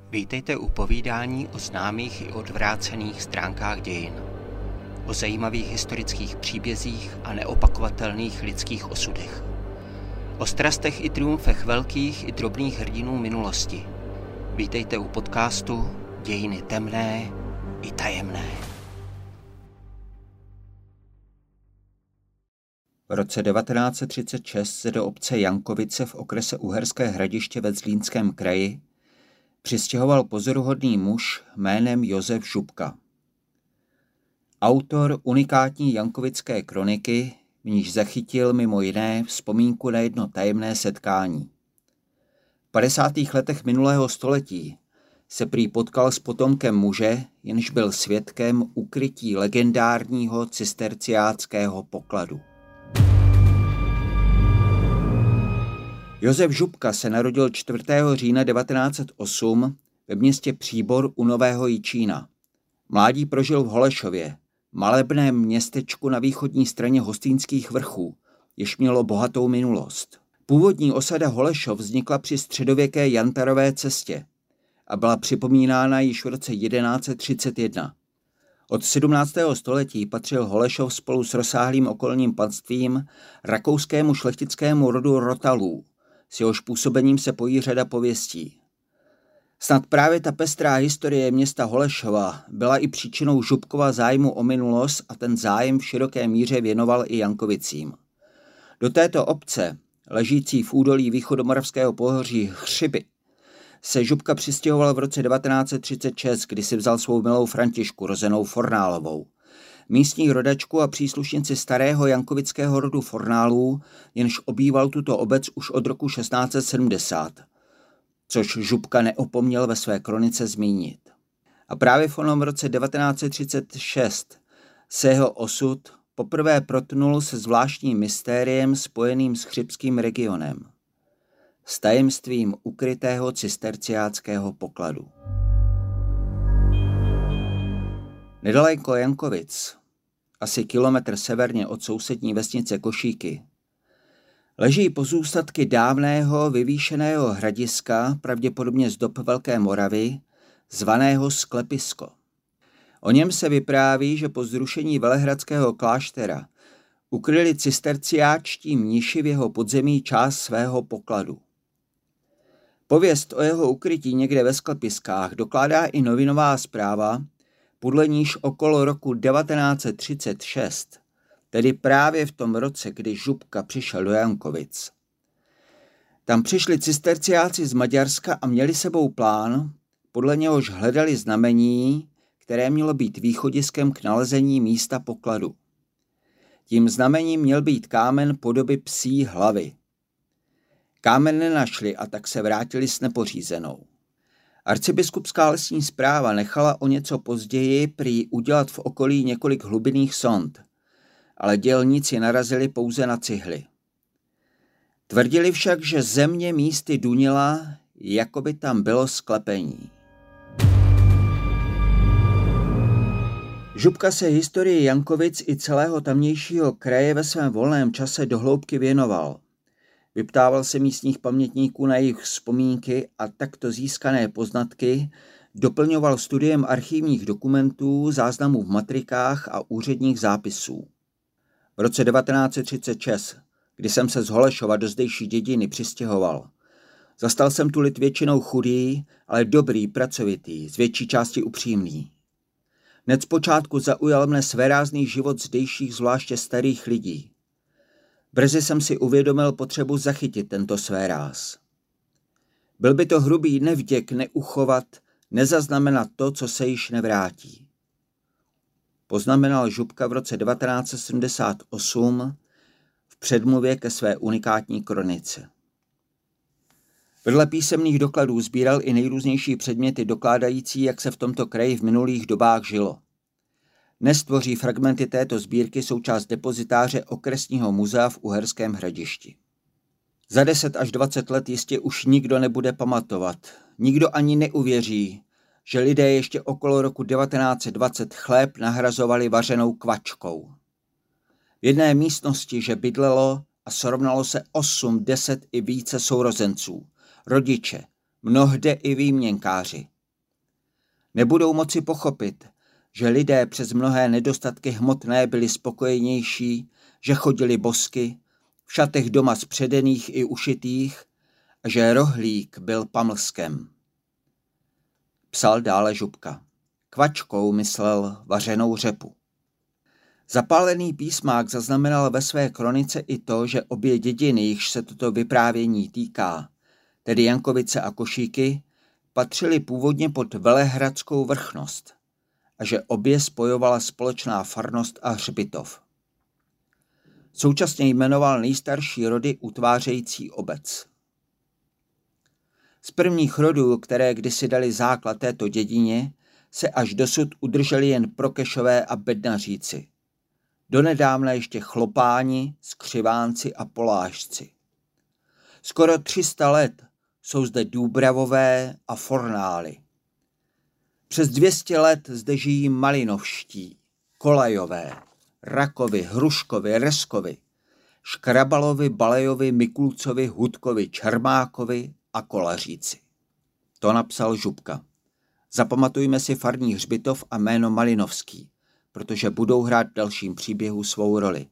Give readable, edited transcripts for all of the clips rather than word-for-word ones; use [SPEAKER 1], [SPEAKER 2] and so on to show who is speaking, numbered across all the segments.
[SPEAKER 1] Vítejte u povídání o známých i odvrácených stránkách dějin. O zajímavých historických příbězích a neopakovatelných lidských osudech. O strastech i triumfech velkých i drobných hrdinů minulosti. Vítejte u podcastu Dějiny temné i tajemné. V roce 1936 se do obce Jankovice v okrese Uherské Hradiště ve Zlínském kraji přistěhoval pozoruhodný muž jménem Josef Župka. Autor unikátní jankovické kroniky, v níž zachytil mimo jiné vzpomínku na jedno tajemné setkání. V 50. letech minulého století se prý potkal s potomkem muže, jenž byl svědkem ukrytí legendárního cisterciáckého pokladu. Josef Župka se narodil 4. října 1908 ve městě Příbor u Nového Jičína. Mládí prožil v Holešově, malebném městečku na východní straně Hostýnských vrchů, jež mělo bohatou minulost. Původní osada Holešov vznikla při středověké Jantarové cestě a byla připomínána již v roce 1131. Od 17. století patřil Holešov spolu s rozsáhlým okolním panstvím rakouskému šlechtickému rodu Rotalů. S jehož působením se pojí řada pověstí. Snad právě ta pestrá historie města Holešova byla i příčinou Župkova zájmu o minulost a ten zájem v široké míře věnoval i Jankovicím. Do této obce, ležící v údolí východomoravského pohoří Hřiby, se Župka přistěhoval v roce 1936, kdy si vzal svou milou Františku, rozenou Fornálovou. Místní rodačku a příslušnici starého jankovického rodu Fornálů, jenž obýval tuto obec už od roku 1670, což Župka neopomněl ve své kronice zmínit. A právě v onom roce 1936 se jeho osud poprvé protnul se zvláštním mystériem spojeným s chřibským regionem, s tajemstvím ukrytého cisterciáckého pokladu. Nedaleko Jankovic, asi kilometr severně od sousední vesnice Košíky, leží pozůstatky dávného vyvýšeného hradiska, pravděpodobně z dob Velké Moravy, zvaného Sklepisko. O něm se vypráví, že po zrušení velehradského kláštera ukryli cisterciáčtí mniši v jeho podzemí část svého pokladu. Pověst o jeho ukrytí někde ve Sklepiskách dokládá i novinová zpráva, podle níž okolo roku 1936, tedy právě v tom roce, kdy Župka přišel do Jankovic. Tam přišli cisterciáci z Maďarska a měli sebou plán, podle něhož hledali znamení, které mělo být východiskem k nalezení místa pokladu. Tím znamením měl být kámen podoby psí hlavy. Kámen nenašli a tak se vrátili s nepořízenou. Arcibiskupská lesní správa nechala o něco později prý udělat v okolí několik hlubinných sond, ale dělníci narazili pouze na cihly. Tvrdili však, že země místy dunila, jako by tam bylo sklepení. Župka se historii Jankovic i celého tamnějšího kraje ve svém volném čase dohloubky věnoval. Vyptával se místních pamětníků na jejich vzpomínky a takto získané poznatky doplňoval studiem archivních dokumentů, záznamů v matrikách a úředních zápisů. V roce 1936, kdy jsem se z Holešova do zdejší dědiny přistěhoval, zastal jsem tu lid většinou chudý, ale dobrý, pracovitý, z větší části upřímný. Hned zpočátku zaujal mne svérázný život zdejších, zvláště starých lidí. Brzy jsem si uvědomil potřebu zachytit tento svéráz. Byl by to hrubý nevděk neuchovat, nezaznamenat to, co se již nevrátí. Poznamenal Župka v roce 1978 v předmluvě ke své unikátní kronice. Vedle písemných dokladů sbíral i nejrůznější předměty dokládající, jak se v tomto kraji v minulých dobách žilo. Dnes tvoří fragmenty této sbírky součást depozitáře Okresního muzea v Uherském Hradišti. Za 10 až 20 let jistě už nikdo nebude pamatovat, nikdo ani neuvěří, že lidé ještě okolo roku 1920 chléb nahrazovali vařenou kvačkou. V jedné místnosti, že bydlelo a srovnalo se 8, 10 i více sourozenců, rodiče, mnohde i výměnkáři, Nebudou moci pochopit, že lidé přes mnohé nedostatky hmotné byli spokojenější, že chodili bosky, v šatech doma spředených i ušitých a že rohlík byl pamlskem. Psal dále Župka. Kvačkou myslel vařenou řepu. Zapálený písmák zaznamenal ve své kronice i to, že obě dědiny, jichž se toto vyprávění týká, tedy Jankovice a Košíky, patřily původně pod velehradskou vrchnost a že obě spojovala společná farnost a hřbitov. Současně jmenoval nejstarší rody utvářející obec. Z prvních rodů, které kdysi dali základ této dědině, se až dosud udrželi jen Prokešové a Bednaříci. Donedávna ještě Chlopáni, Skřivánci a Polážci. Skoro 300 let jsou zde Důbravové a Fornály. Přes 200 let zde žijí Malinovští, Kolajové, Rakovi, Hruškovi, Reskovi, Škrabalovi, Balejovi, Mikulcovi, Hudkovi, Čermákovi a Kolaříci. To napsal Župka. Zapamatujme si farní hřbitov a jméno Malinovský, protože budou hrát v dalším příběhu svou roli.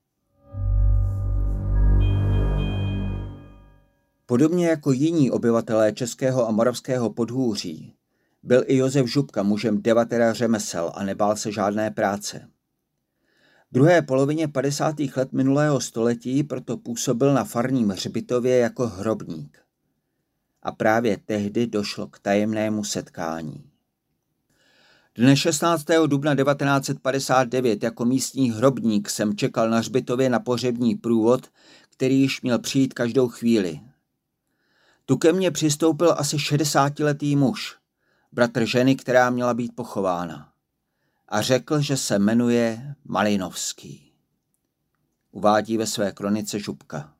[SPEAKER 1] Podobně jako jiní obyvatelé Českého a Moravského podhůří, byl i Josef Župka mužem devatera řemesel a nebál se žádné práce. V druhé polovině 50. let minulého století proto působil na farním hřbitově jako hrobník. A právě tehdy došlo k tajemnému setkání. Dne 16. dubna 1959 jako místní hrobník jsem čekal na hřbitově na pohřební průvod, který již měl přijít každou chvíli. Tu ke mně přistoupil asi 60letý muž, bratr ženy, která měla být pochována. A řekl, že se jmenuje Malinovský. Uvádí ve své kronice Župka.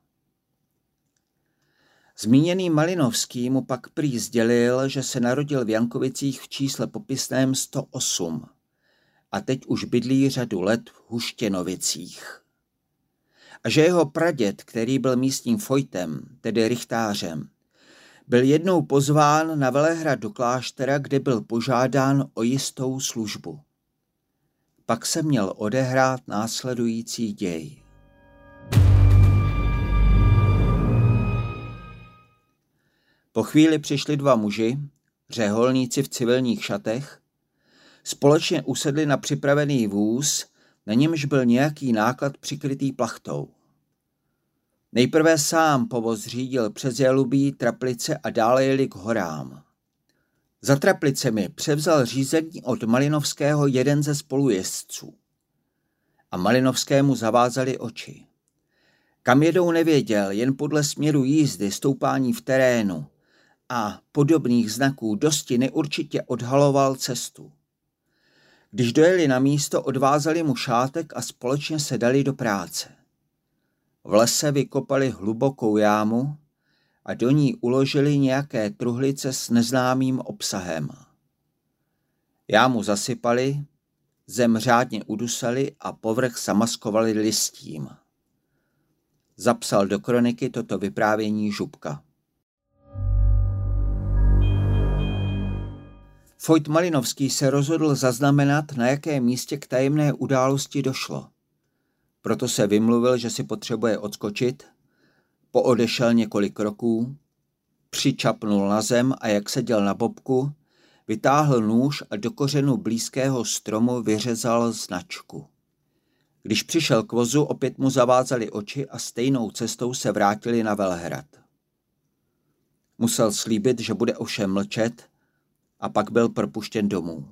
[SPEAKER 1] Zmíněný Malinovský mu pak prý sdělil, že se narodil v Jankovicích v čísle popisném 108 a teď už bydlí řadu let v Huštěnovicích. A že jeho praděd, který byl místním fojtem, tedy rychtářem, byl jednou pozván na Velehrad do kláštera, kde byl požádán o jistou službu. Pak se měl odehrát následující děj. Po chvíli přišli dva muži, řeholníci v civilních šatech, společně usedli na připravený vůz, na němž byl nějaký náklad přikrytý plachtou. Nejprve sám povoz řídil přes Jalubí, Traplice a dále jeli k horám. Za Traplicemi převzal řízení od Malinovského jeden ze spolujezdců. A Malinovskému zavázali oči. Kam jedou nevěděl, jen podle směru jízdy, stoupání v terénu a podobných znaků dosti neurčitě odhaloval cestu. Když dojeli na místo, odvázali mu šátek a společně se dali do práce. V lese vykopali hlubokou jámu a do ní uložili nějaké truhlice s neznámým obsahem. Jámu zasypali, zem řádně udusali a povrch zamaskovali listím. Zapsal do kroniky toto vyprávění Župka. Fojt Malinovský se rozhodl zaznamenat, na jakém místě k tajemné události došlo. Proto se vymluvil, že si potřebuje odskočit, poodešel několik kroků, přičapnul na zem a jak seděl na bobku, vytáhl nůž a do kořenu blízkého stromu vyřezal značku. Když přišel k vozu, opět mu zavázali oči a stejnou cestou se vrátili na Velehrad. Musel slíbit, že bude ovšem mlčet, a pak byl propuštěn domů.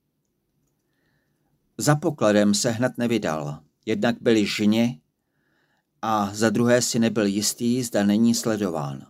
[SPEAKER 1] Za pokladem se hned nevydal, jednak byli žně a za druhé si nebyl jistý, zda není sledován.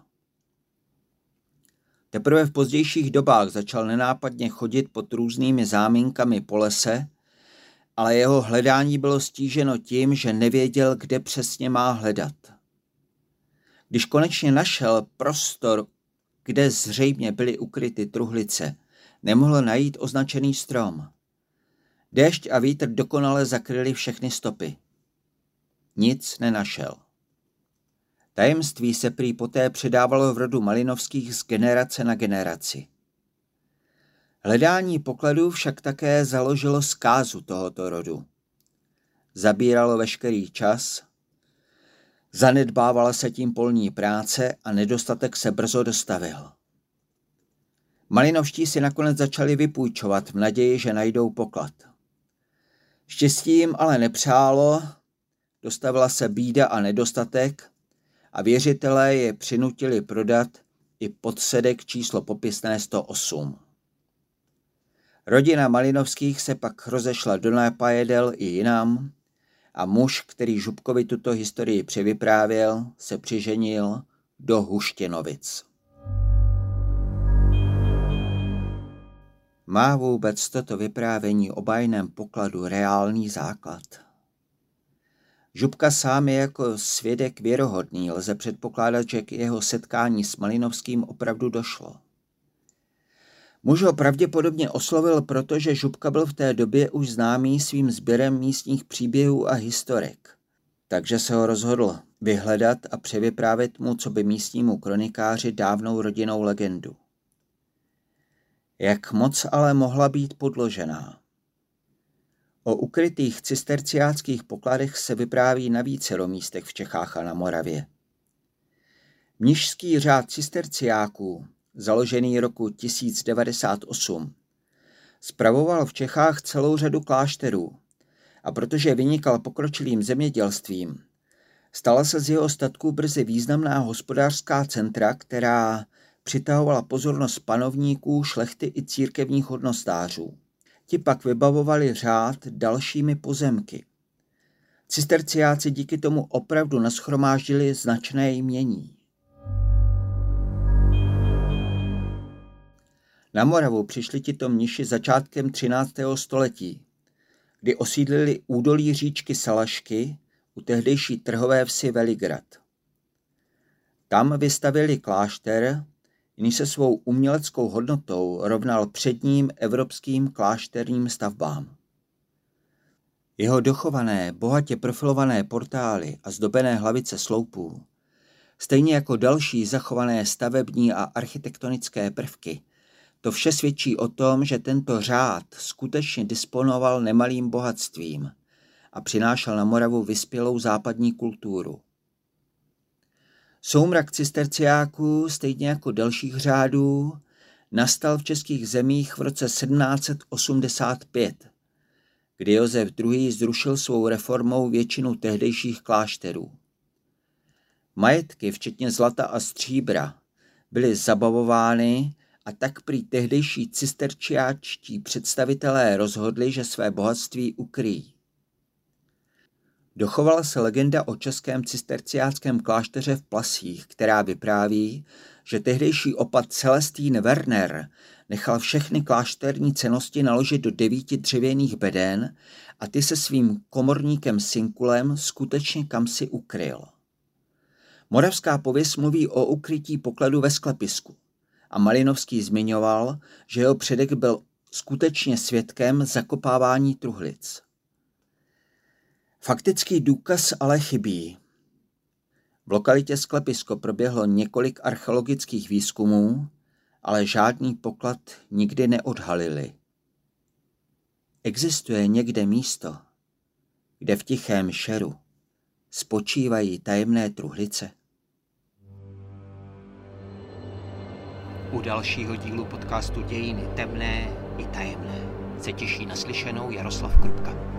[SPEAKER 1] Teprve v pozdějších dobách začal nenápadně chodit pod různými záminkami po lese, ale jeho hledání bylo stíženo tím, že nevěděl, kde přesně má hledat. Když konečně našel prostor, kde zřejmě byly ukryty truhlice, nemohl najít označený strom. Déšť a vítr dokonale zakryli všechny stopy. Nic nenašel. Tajemství se prý poté předávalo v rodu Malinovských z generace na generaci. Hledání pokladů však také založilo zkázu tohoto rodu. Zabíralo veškerý čas, zanedbávala se tím polní práce a nedostatek se brzo dostavil. Malinovští si nakonec začali vypůjčovat v naději, že najdou poklad. Štěstí jim ale nepřálo, dostavila se bída a nedostatek a věřitelé je přinutili prodat i podsedek číslo popisné 108. Rodina Malinovských se pak rozešla do Nápajedel i jinam a muž, který Žubkovi tuto historii převyprávěl, se přiženil do Huštěnovic. Má vůbec toto vyprávění o bajném pokladu reálný základ? Žubka sám je jako svědek věrohodný, lze předpokládat, že k jeho setkání s Malinovským opravdu došlo. Muž ho pravděpodobně oslovil, protože Žubka byl v té době už známý svým sběrem místních příběhů a historek, takže se ho rozhodl vyhledat a převyprávět mu coby místnímu kronikáři dávnou rodinnou legendu. Jak moc ale mohla být podložená? O ukrytých cisterciáckých pokladech se vypráví na vícero místech v Čechách a na Moravě. Mnišský řád cisterciáků, založený roku 1098, spravoval v Čechách celou řadu klášterů a protože vynikal pokročilým zemědělstvím, stala se z jeho statků brzy významná hospodářská centra, která přitahovala pozornost panovníků, šlechty i církevních hodnostářů. Ti pak vybavovali řád dalšími pozemky. Cisterciáci díky tomu opravdu nashromáždili značné jmění. Na Moravu přišli tito mniši začátkem 13. století, kdy osídlili údolí říčky Salašky u tehdejší trhové vsi Veligrad. Tam vystavili klášter, jenž se svou uměleckou hodnotou rovnal předním evropským klášterním stavbám. Jeho dochované, bohatě profilované portály a zdobené hlavice sloupů, stejně jako další zachované stavební a architektonické prvky, to vše svědčí o tom, že tento řád skutečně disponoval nemalým bohatstvím a přinášel na Moravu vyspělou západní kulturu. Soumrak cisterciáků, stejně jako dalších řádů, nastal v českých zemích v roce 1785, kdy Josef II. Zrušil svou reformou většinu tehdejších klášterů. Majetky, včetně zlata a stříbra, byly zabavovány a tak prý tehdejší cisterciáčtí představitelé rozhodli, že své bohatství ukryjí. Dochovala se legenda o českém cisterciáckém klášteře v Plasích, která vypráví, že tehdejší opat Celestín Werner nechal všechny klášterní cennosti naložit do 9 dřevěných beden a ty se svým komorníkem Sinkulem skutečně kamsi ukryl. Moravská pověst mluví o ukrytí pokladu ve sklepisku a Malinovský zmiňoval, že jeho předek byl skutečně svědkem zakopávání truhlic. Faktický důkaz ale chybí. V lokalitě Sklepisko proběhlo několik archeologických výzkumů, ale žádný poklad nikdy neodhalili. Existuje někde místo, kde v tichém šeru spočívají tajemné truhlice? U dalšího dílu podcastu Dějiny temné i tajemné se těší naslyšenou Jaroslav Krupka.